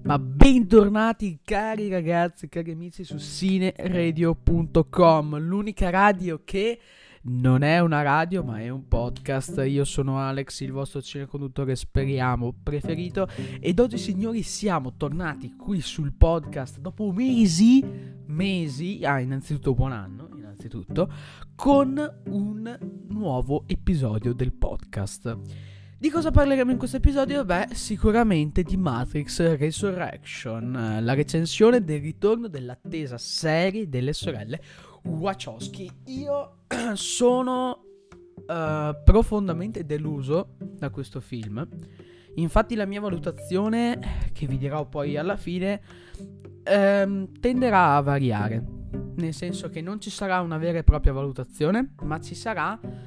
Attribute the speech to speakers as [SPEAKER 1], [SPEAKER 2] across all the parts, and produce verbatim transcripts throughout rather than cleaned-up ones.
[SPEAKER 1] Ma bentornati cari ragazzi, cari amici su cineradio punto com, l'unica radio che non è una radio ma è un podcast. Io sono Alex, il vostro cineconduttore speriamo preferito, ed oggi signori siamo tornati qui sul podcast dopo mesi, mesi, ah innanzitutto buon anno, innanzitutto, con un nuovo episodio del podcast. Di cosa parleremo in questo episodio? Beh, sicuramente di Matrix Resurrection, la recensione del ritorno dell'attesa serie delle sorelle Wachowski. Io sono uh, profondamente deluso da questo film. Infatti la mia valutazione, che vi dirò poi alla fine, ehm, tenderà a variare. Nel senso che non ci sarà una vera e propria valutazione, ma ci sarà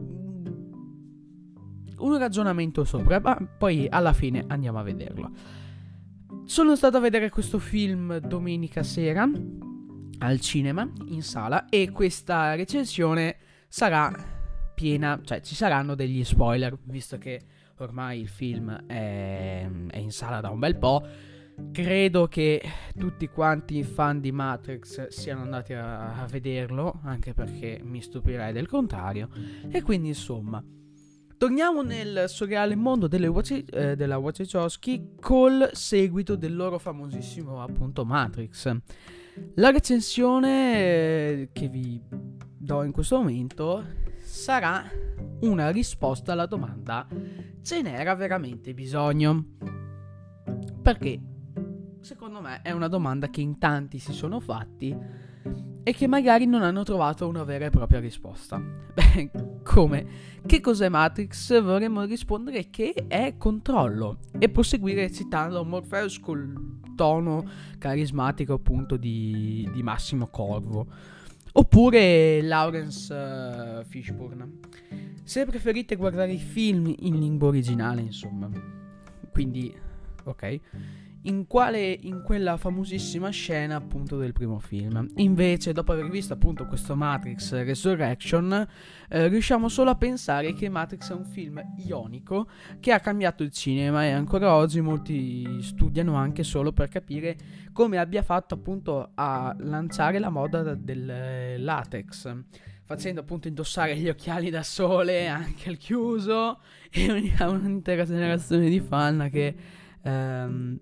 [SPEAKER 1] un ragionamento sopra, ma poi alla fine andiamo a vederlo. Sono stato a vedere questo film domenica sera al cinema, in sala, e questa recensione sarà piena, cioè ci saranno degli spoiler, visto che ormai il film è, è in sala da un bel po'. Credo che tutti quanti i fan di Matrix siano andati a, a vederlo, anche perché mi stupirei del contrario, e quindi insomma torniamo nel surreale mondo delle Wachi- eh, della Wachowski col seguito del loro famosissimo appunto Matrix. La recensione eh, che vi do in questo momento sarà una risposta alla domanda: ce n'era veramente bisogno? Perché secondo me è una domanda che in tanti si sono fatti e che magari non hanno trovato una vera e propria risposta. Beh, come? Che cos'è Matrix? Vorremmo rispondere che è controllo, e proseguire citando Morpheus col tono carismatico appunto di, di Massimo Corvo, oppure Lawrence uh, Fishburne, se preferite guardare i film in lingua originale, insomma. Quindi, ok, in quale in quella famosissima scena appunto del primo film. Invece, dopo aver visto appunto questo Matrix Resurrection, eh, riusciamo solo a pensare che Matrix è un film ionico che ha cambiato il cinema, e ancora oggi molti studiano anche solo per capire come abbia fatto appunto a lanciare la moda del latex, facendo appunto indossare gli occhiali da sole anche al chiuso, e un'intera generazione di fan che ehm,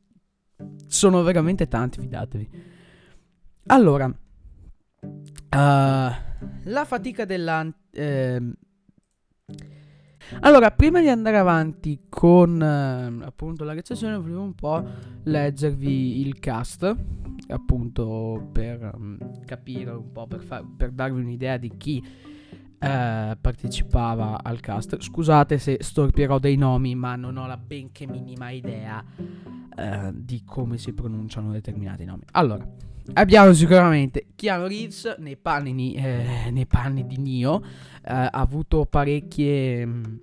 [SPEAKER 1] sono veramente tanti, fidatevi. Allora, uh, la fatica della... Eh, allora, prima di andare avanti con eh, appunto la recensione, volevo un po' leggervi il cast, appunto per um, capire un po', per, far, per darvi un'idea di chi eh, partecipava al cast. Scusate se storpierò dei nomi, ma non ho la benché minima idea Uh, di come si pronunciano determinati nomi. Allora, abbiamo sicuramente Keanu Reeves nei panni, eh, nei panni di Neo. Uh, ha avuto parecchie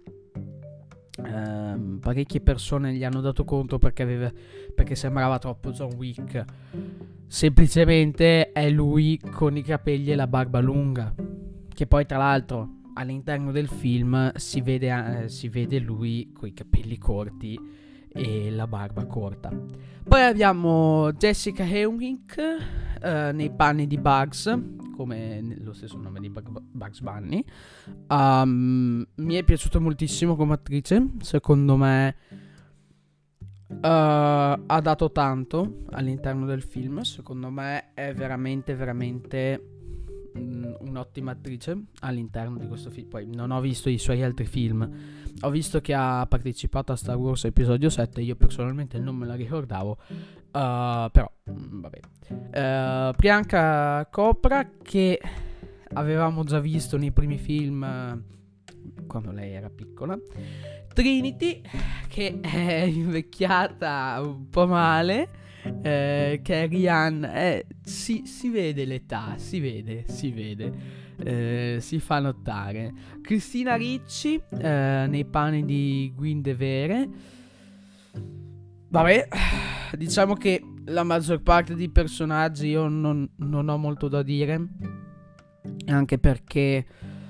[SPEAKER 1] uh, parecchie persone gli hanno dato conto perché aveva, perché sembrava troppo John Wick. Semplicemente è lui con i capelli e la barba lunga, che poi tra l'altro all'interno del film si vede, uh, si vede lui con i capelli corti e la barba corta. Poi abbiamo Jessica Henwick uh, nei panni di Bugs, come lo stesso nome di Bugs Bunny. Um, mi è piaciuto moltissimo come attrice, secondo me uh, ha dato tanto all'interno del film. Secondo me è veramente veramente un'ottima attrice all'interno di questo film. Poi non ho visto i suoi altri film, ho visto che ha partecipato a Star Wars episodio sette, io personalmente non me la ricordavo, uh, però vabbè. uh, Priyanka Chopra, che avevamo già visto nei primi film uh, quando lei era piccola. Trinity, che è invecchiata un po' male. Eh, Carrie Ann, eh, si, si vede l'età, si vede, si vede, eh, si fa notare. Cristina Ricci eh, nei panni di Gwyn De Vere. Vabbè, diciamo che la maggior parte dei personaggi io non, non ho molto da dire, anche perché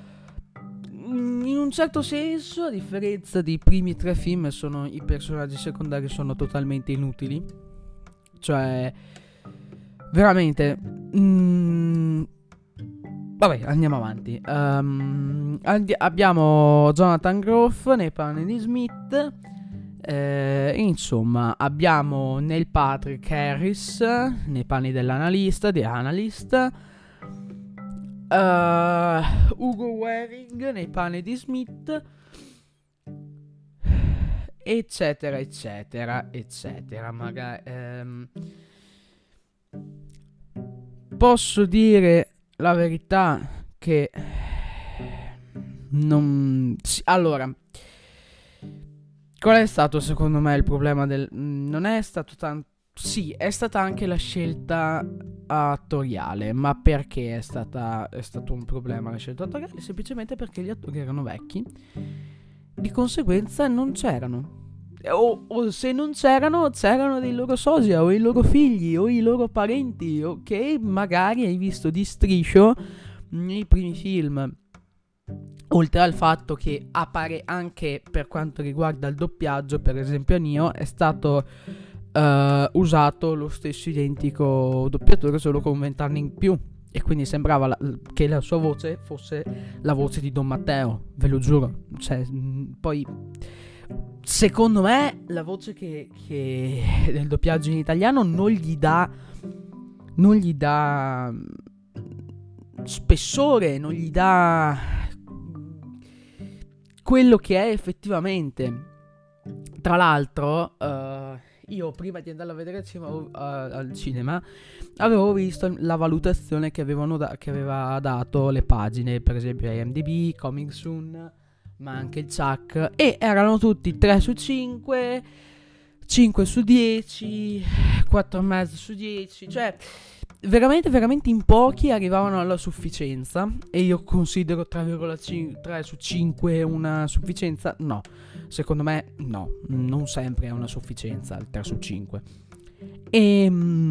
[SPEAKER 1] in un certo senso, a differenza dei primi tre film, sono, i personaggi secondari sono totalmente inutili. Cioè, veramente. Mm, vabbè, andiamo avanti. Um, andi- abbiamo Jonathan Groff nei panni di Smith. Eh, insomma, abbiamo Neil Patrick Harris nei panni dell'analista, di Analyst. Uh, Hugo Weaving nei panni di Smith, eccetera, eccetera, eccetera. Magari ehm, posso dire la verità che non. Sì, allora, qual è stato secondo me il problema del. Non è stato tanto. Sì, è stata anche la scelta attoriale, ma perché è stata è stato un problema la scelta attoriale? Semplicemente perché gli attori erano vecchi, di conseguenza non c'erano. O, o se non c'erano, c'erano dei loro sosia o i loro figli o i loro parenti, o che magari hai visto di striscio nei primi film. Oltre al fatto che appare anche per quanto riguarda il doppiaggio, per esempio a Neo è stato uh, usato lo stesso identico doppiatore solo con vent'anni in più, e quindi sembrava la, che la sua voce fosse la voce di Don Matteo, ve lo giuro. Cioè, mh, poi secondo me la voce che, che del doppiaggio in italiano non gli dà non gli dà spessore, non gli dà quello che è effettivamente. Tra l'altro, uh, io prima di andare a vedere al cinema, uh, al cinema avevo visto la valutazione che avevano da- che aveva dato le pagine, per esempio I M D B, Coming Soon, ma anche il Chuck, e erano tutti tre su cinque, cinque su dieci, quattro e mezzo su dieci, cioè veramente veramente in pochi arrivavano alla sufficienza, e io considero tre virgola tre su cinque una sufficienza? No, secondo me no, non sempre è una sufficienza il tre su cinque. E,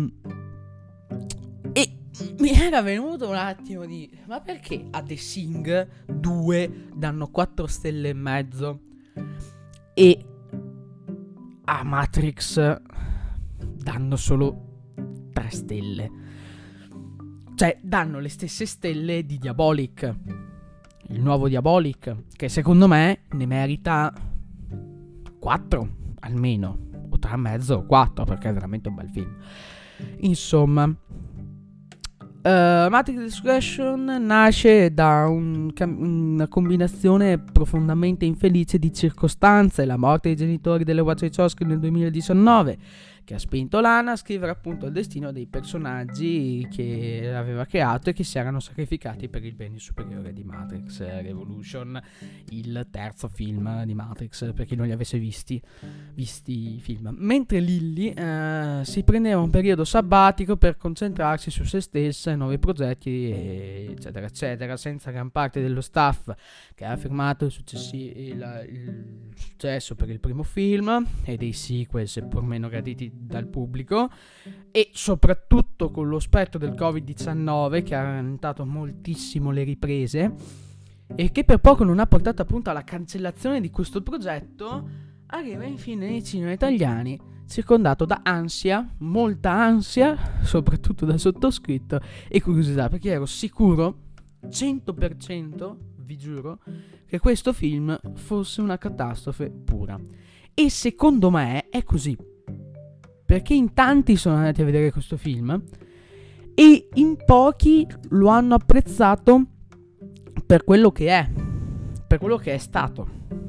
[SPEAKER 1] e mi era venuto un attimo di ma perché a The Thing due danno quattro stelle e mezzo e a Matrix danno solo tre stelle? Cioè, danno le stesse stelle di Diabolic, il nuovo Diabolic, che secondo me ne merita quattro almeno, o tre e mezzo o quattro, perché è veramente un bel film. Insomma, uh, Matrix Resurrection nasce da un cam- una combinazione profondamente infelice di circostanze: la morte dei genitori delle Wachowski nel duemiladiciannove, che ha spinto Lana a scrivere appunto il destino dei personaggi che aveva creato e che si erano sacrificati per il bene superiore di Matrix Revolution, il terzo film di Matrix, per chi non li avesse visti visti i film. Mentre Lilly eh, si prendeva un periodo sabbatico per concentrarsi su se stessa e nuovi progetti, eccetera eccetera, senza gran parte dello staff che ha firmato il, successi- il, il successo per il primo film e dei sequel seppur meno graditi dal pubblico, e soprattutto con lo spettro del covid diciannove che ha rallentato moltissimo le riprese e che per poco non ha portato appunto alla cancellazione di questo progetto, arriva infine nei cinema italiani circondato da ansia, molta ansia, soprattutto dal sottoscritto, e curiosità, perché ero sicuro, cento per cento, vi giuro, che questo film fosse una catastrofe pura. E secondo me è così, perché in tanti sono andati a vedere questo film e in pochi lo hanno apprezzato per quello che è, per quello che è stato.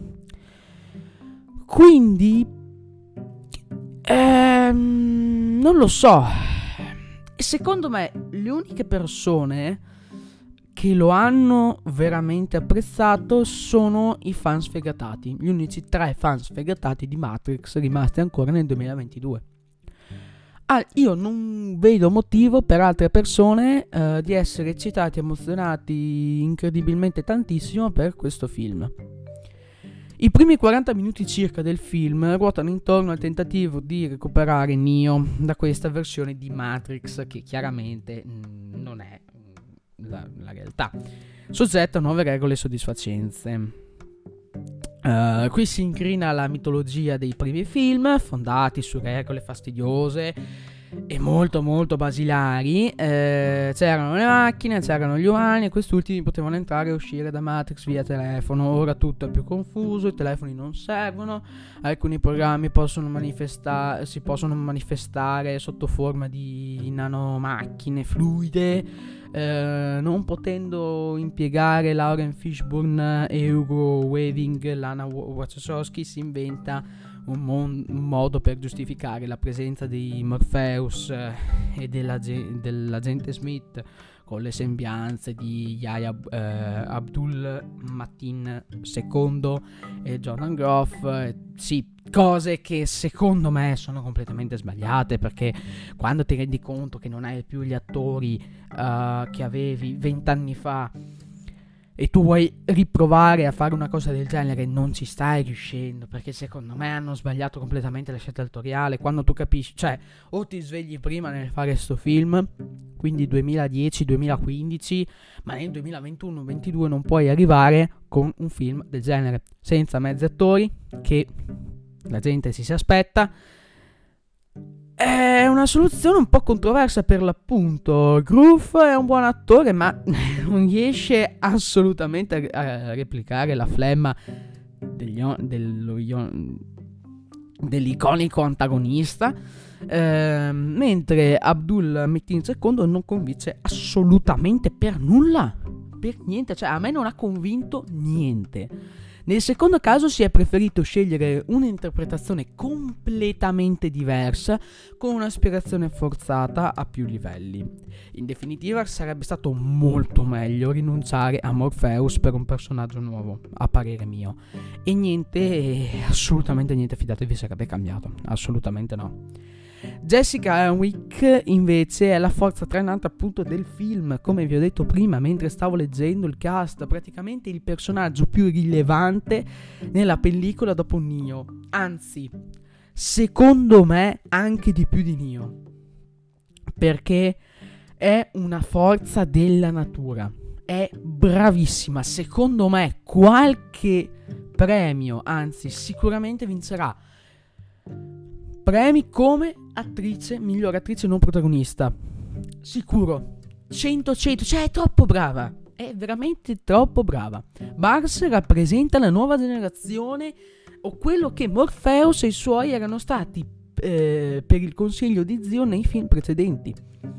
[SPEAKER 1] Quindi ehm, non lo so, secondo me le uniche persone che lo hanno veramente apprezzato sono i fan sfegatati, gli unici tre fan sfegatati di Matrix rimasti ancora nel duemilaventidue. Ah, io non vedo motivo per altre persone uh, di essere eccitati e emozionati incredibilmente tantissimo per questo film. I primi quaranta minuti circa del film ruotano intorno al tentativo di recuperare Neo da questa versione di Matrix che chiaramente mh, non è la, la realtà, soggetta a nuove regole e soddisfacenze. Uh, qui si incrina la mitologia dei primi film, fondati su regole fastidiose e molto molto basilari. Eh, c'erano le macchine, c'erano gli umani, e questi ultimi potevano entrare e uscire da Matrix via telefono. Ora tutto è più confuso, i telefoni non servono, alcuni programmi possono manifesta- si possono manifestare sotto forma di nanomacchine fluide. Eh, non potendo impiegare Lauren Fishburne e Hugo Weaving, Lana Wachowski si inventa un, mon- un modo per giustificare la presenza di Morpheus eh, e dell'age- dell'agente Smith con le sembianze di Yahya eh, Abdul Mateen secondo e Jordan Groff. Eh, sì, cose che secondo me sono completamente sbagliate, perché quando ti rendi conto che non hai più gli attori uh, che avevi vent'anni fa e tu vuoi riprovare a fare una cosa del genere, non ci stai riuscendo, perché secondo me hanno sbagliato completamente la scelta attoriale. Quando tu capisci, cioè, o ti svegli prima nel fare sto film, quindi duemiladieci duemilaquindici, ma nel duemilaventuno ventidue non puoi arrivare con un film del genere senza mezzi attori che la gente si si aspetta. È una soluzione un po' controversa per l'appunto. Groove è un buon attore, ma non riesce assolutamente a, a replicare la flemma degli, dello, dell'iconico antagonista, eh, mentre Abdul Mateen secondo non convince assolutamente per nulla, per niente, cioè a me non ha convinto niente. Nel secondo caso si è preferito scegliere un'interpretazione completamente diversa, con un'aspirazione forzata a più livelli. In definitiva, sarebbe stato molto meglio rinunciare a Morpheus per un personaggio nuovo, a parere mio. E niente, assolutamente niente, fidatevi, sarebbe cambiato. Assolutamente no. Jessica Henwick invece è la forza trainante appunto del film, come vi ho detto prima mentre stavo leggendo il cast, praticamente il personaggio più rilevante nella pellicola dopo Neo, anzi secondo me anche di più di Neo, perché è una forza della natura, è bravissima, secondo me qualche premio, anzi sicuramente vincerà premi come attrice, migliore attrice non protagonista. Sicuro. cento cento, cioè è troppo brava. È veramente troppo brava. Bars rappresenta la nuova generazione, o quello che Morpheus e i suoi erano stati eh, per il consiglio di zio nei film precedenti.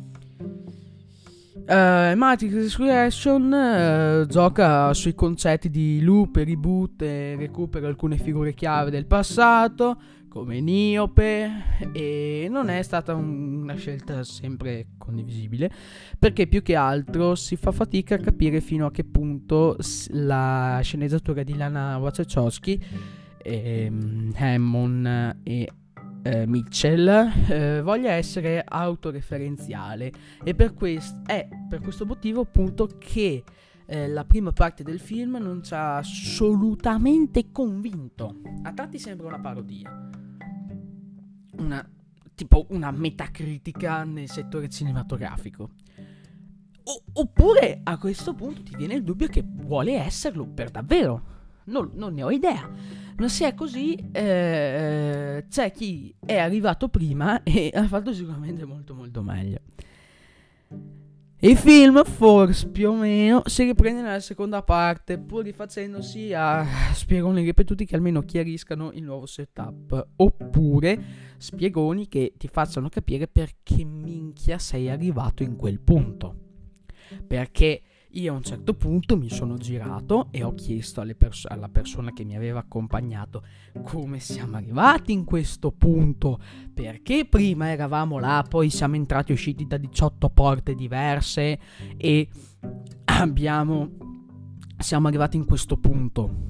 [SPEAKER 1] Uh, Matrix Resurrection uh, gioca sui concetti di loop e reboot e recupera alcune figure chiave del passato come Niope, e non è stata un, una scelta sempre condivisibile, perché più che altro si fa fatica a capire fino a che punto la sceneggiatura di Lana Wachowski, ehm, Hammond e eh, Mitchell eh, voglia essere autoreferenziale, e per questo è per questo motivo appunto che eh, la prima parte del film non ci ha assolutamente convinto. A tratti sembra una parodia, una tipo una metacritica nel settore cinematografico, o, oppure a questo punto ti viene il dubbio che vuole esserlo per davvero. Non, non ne ho idea. Ma se è così, eh, c'è chi è arrivato prima e ha fatto sicuramente molto molto meglio. Il film, forse più o meno, si riprende nella seconda parte, pur rifacendosi a spiegoni ripetuti che almeno chiariscano il nuovo setup, oppure spiegoni che ti facciano capire perché minchia sei arrivato in quel punto. Perché io a un certo punto mi sono girato e ho chiesto alle pers- alla persona che mi aveva accompagnato come siamo arrivati in questo punto, perché prima eravamo là, poi siamo entrati e usciti da diciotto porte diverse e abbiamo siamo arrivati in questo punto.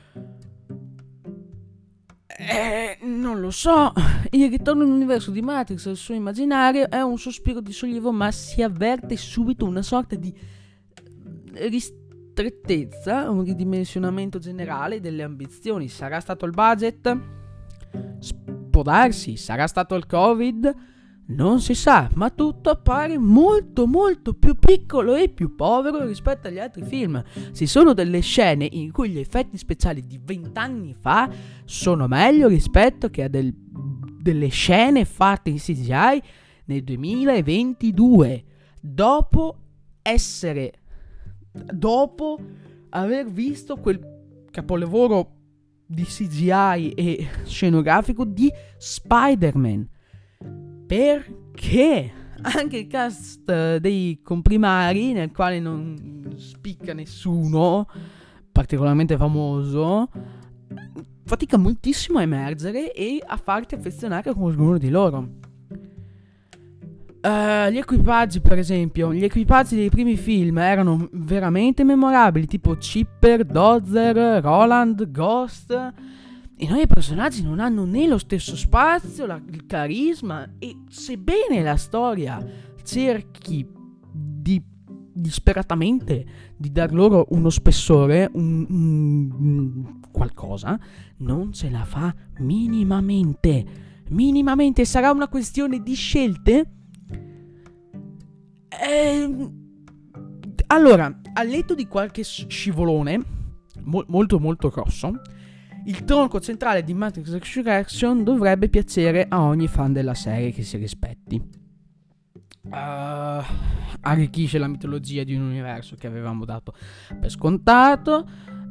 [SPEAKER 1] Eh, non lo so. Il ritorno all'universo di Matrix e il suo immaginario è un sospiro di sollievo, ma si avverte subito una sorta di ristrettezza, un ridimensionamento generale delle ambizioni. Sarà stato il budget? Può darsi. Sarà stato il Covid? Non si sa, ma tutto appare molto molto più piccolo e più povero rispetto agli altri film. Ci sono delle scene in cui gli effetti speciali di vent'anni fa sono meglio rispetto che a del, delle scene fatte in C G I nel duemilaventidue, dopo essere, dopo aver visto quel capolavoro di C G I e scenografico di Spider-Man. Perché anche il cast eh, dei comprimari, nel quale non spicca nessuno particolarmente famoso, fatica moltissimo a emergere e a farti affezionare con qualcuno di loro. Uh, gli equipaggi, per esempio, gli equipaggi dei primi film erano veramente memorabili, tipo Chipper, Dozer, Roland, Ghost. I nuovi personaggi non hanno né lo stesso spazio, la, il carisma, e sebbene la storia cerchi di disperatamente di dar loro uno spessore, un, un, qualcosa, non ce la fa minimamente. Minimamente. Sarà una questione di scelte? Eh, allora, al netto di qualche scivolone mo- molto molto grosso, il tronco centrale di Matrix Resurrection dovrebbe piacere a ogni fan della serie che si rispetti. Uh, arricchisce la mitologia di un universo che avevamo dato per scontato,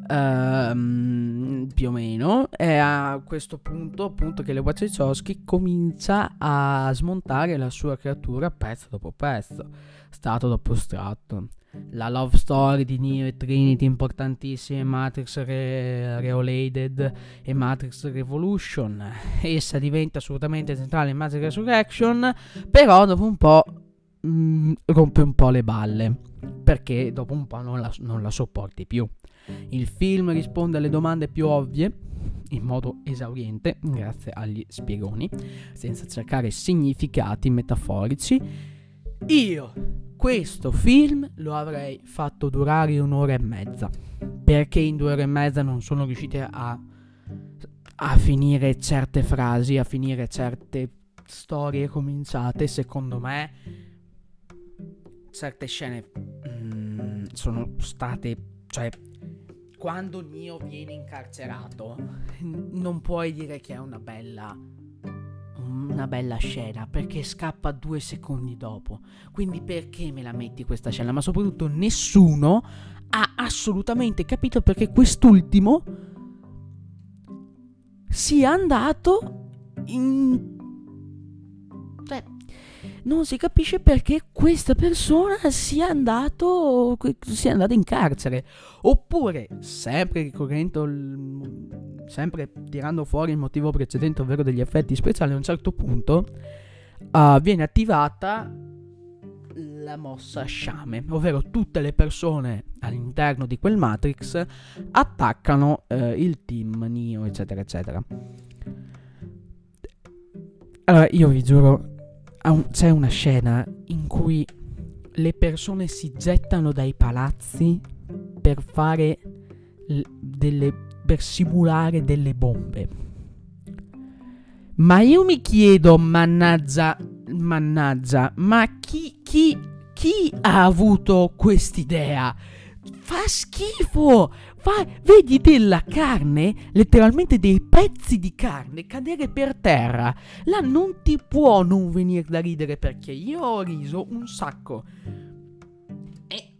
[SPEAKER 1] uh, più o meno, e a questo punto appunto che le Wachowski comincia a smontare la sua creatura pezzo dopo pezzo, strato dopo strato. La love story di Neo e Trinity, importantissime, Matrix Re- Reloaded e Matrix Revolution, essa diventa assolutamente centrale in Matrix Resurrection, però dopo un po' mh, rompe un po' le balle, perché dopo un po' non la, non la sopporti più. Il film risponde alle domande più ovvie in modo esauriente, grazie agli spiegoni, senza cercare significati metaforici. Io questo film lo avrei fatto durare un'ora e mezza, perché in due ore e mezza non sono riuscite a, a finire certe frasi, a finire certe storie cominciate. Secondo me certe scene mm, sono state, cioè, quando Neo viene incarcerato non puoi dire che è una bella una bella scena, perché scappa due secondi dopo. Quindi perché me la metti questa scena? Ma soprattutto nessuno ha assolutamente capito perché quest'ultimo sia andato in... cioè, non si capisce perché questa persona sia andato sia andato in carcere. Oppure, sempre ricorrendo il, sempre tirando fuori il motivo precedente, ovvero degli effetti speciali, a un certo punto uh, viene attivata la mossa sciame, ovvero tutte le persone all'interno di quel Matrix attaccano uh, il team Neo, eccetera eccetera. Allora, io vi giuro, un, c'è una scena in cui le persone si gettano dai palazzi per fare l- delle per simulare delle bombe. Ma io mi chiedo, mannaggia, mannaggia, ma chi, chi, chi ha avuto quest'idea? Fa schifo! Fa, vedi della carne, letteralmente dei pezzi di carne, cadere per terra. Là non ti può non venire da ridere, perché io ho riso un sacco. E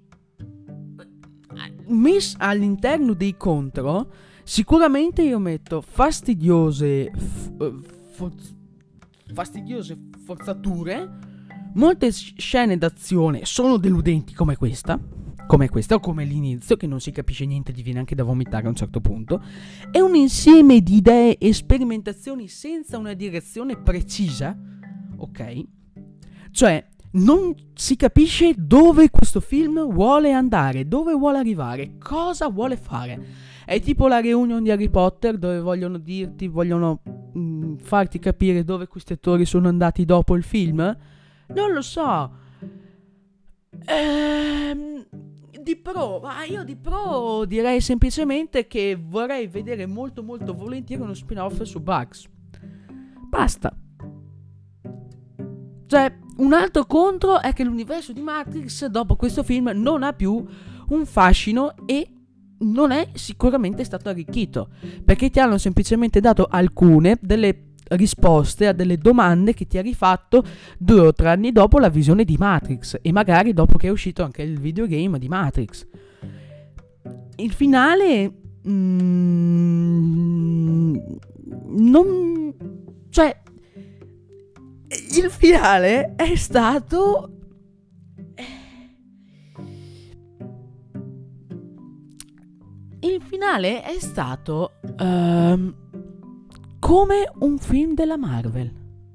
[SPEAKER 1] messo all'interno dei contro, sicuramente io metto fastidiose f- for- fastidiose forzature. Molte scene d'azione sono deludenti, come questa come questa o come l'inizio, che non si capisce niente, ti viene anche da vomitare a un certo punto. È un insieme di idee e sperimentazioni senza una direzione precisa, ok? Cioè non si capisce dove questo film vuole andare, dove vuole arrivare, cosa vuole fare. È tipo la reunion di Harry Potter, dove vogliono dirti, vogliono mh, farti capire dove questi attori sono andati dopo il film. Non lo so. Ehm, di pro, ma io di pro direi semplicemente che vorrei vedere molto molto volentieri uno spin-off su Bugs. Basta. Cioè, un altro contro è che l'universo di Matrix dopo questo film non ha più un fascino e non è sicuramente stato arricchito, perché ti hanno semplicemente dato alcune delle risposte a delle domande che ti ha rifatto due o tre anni dopo la visione di Matrix, e magari dopo che è uscito anche il videogame di Matrix. Il finale mm, non, cioè il finale è stato il finale è stato um, come un film della Marvel.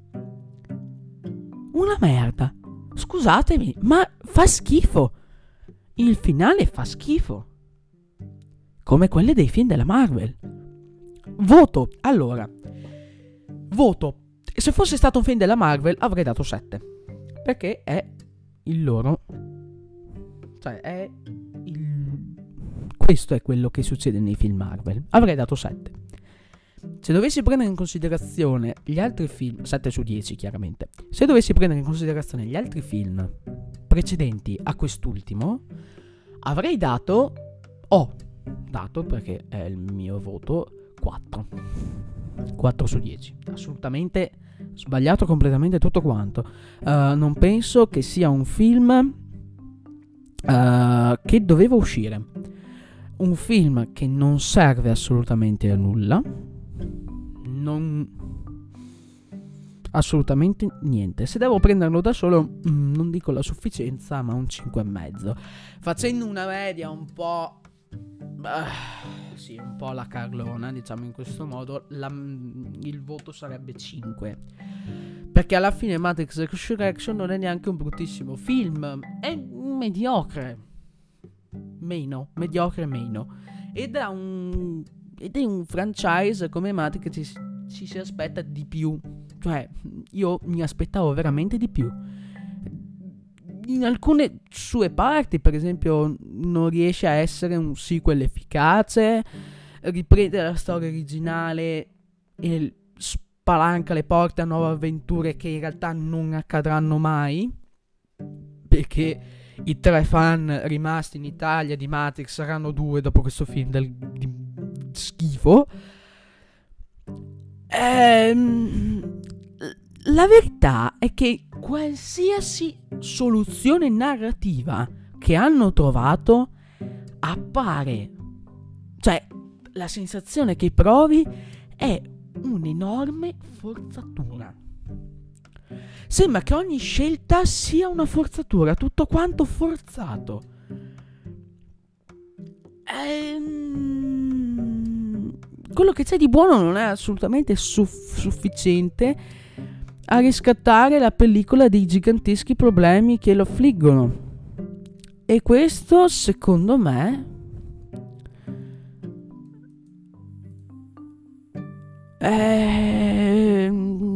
[SPEAKER 1] Una merda. Scusatemi, ma fa schifo. Il finale fa schifo. Come quelle dei film della Marvel. Voto. Allora. Voto. Se fosse stato un film della Marvel avrei dato sette. Perché è il loro... Cioè è il... Questo è quello che succede nei film Marvel. Avrei dato sette. Se dovessi prendere in considerazione gli altri film, sette su dieci chiaramente. Se dovessi prendere in considerazione gli altri film precedenti a quest'ultimo, avrei dato, ho dato, perché è il mio voto, quattro. quattro su dieci. Assolutamente sbagliato completamente tutto quanto. Uh, non penso che sia un film uh, che doveva uscire. Un film che non serve assolutamente a nulla. Non... Assolutamente niente. Se devo prenderlo da solo, mm, non dico la sufficienza, ma un cinque e mezzo. Facendo una media un po'... Uh, sì, un po' la Carlona, diciamo in questo modo, la, il voto sarebbe cinque. Perché alla fine Matrix Resurrection non è neanche un bruttissimo film. È mediocre. Meno, mediocre meno. Ed è un ed è un franchise come Matrix che ci, ci si aspetta di più. Cioè, io mi aspettavo veramente di più. In alcune sue parti, per esempio, non riesce a essere un sequel efficace, riprende la storia originale e spalanca le porte a nuove avventure che in realtà non accadranno mai, perché i tre fan rimasti in Italia di Matrix saranno due dopo questo film del, di schifo. Ehm, la verità è che qualsiasi soluzione narrativa che hanno trovato appare, cioè la sensazione che provi è un'enorme forzatura. Sembra che ogni scelta sia una forzatura, tutto quanto forzato. Ehm, quello che c'è di buono non è assolutamente suff- sufficiente a riscattare la pellicola dei giganteschi problemi che lo affliggono. E questo, secondo me, è...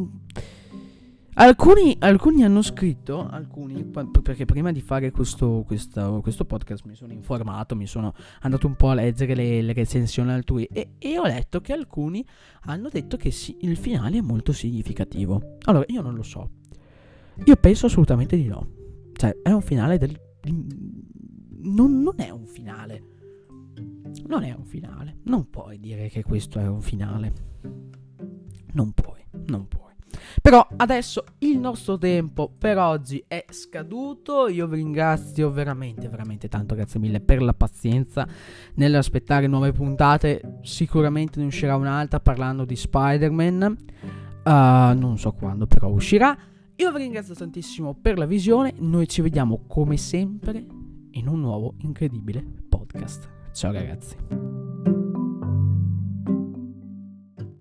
[SPEAKER 1] Alcuni, alcuni hanno scritto, alcuni, perché prima di fare questo, questo, questo podcast mi sono informato, mi sono andato un po' a leggere le, le recensioni altrui e, e ho letto che alcuni hanno detto che sì, il finale è molto significativo. Allora, io non lo so. Io penso assolutamente di no. Cioè, è un finale del... Non, non è un finale. Non è un finale. Non puoi dire che questo è un finale. Non puoi, non puoi. Però adesso il nostro tempo per oggi è scaduto. Io vi ringrazio veramente, veramente tanto. Grazie mille per la pazienza nell'aspettare nuove puntate. Sicuramente ne uscirà un'altra parlando di Spider-Man. uh, Non so quando però uscirà. Io vi ringrazio tantissimo per la visione. Noi ci vediamo come sempre in un nuovo incredibile podcast. Ciao ragazzi.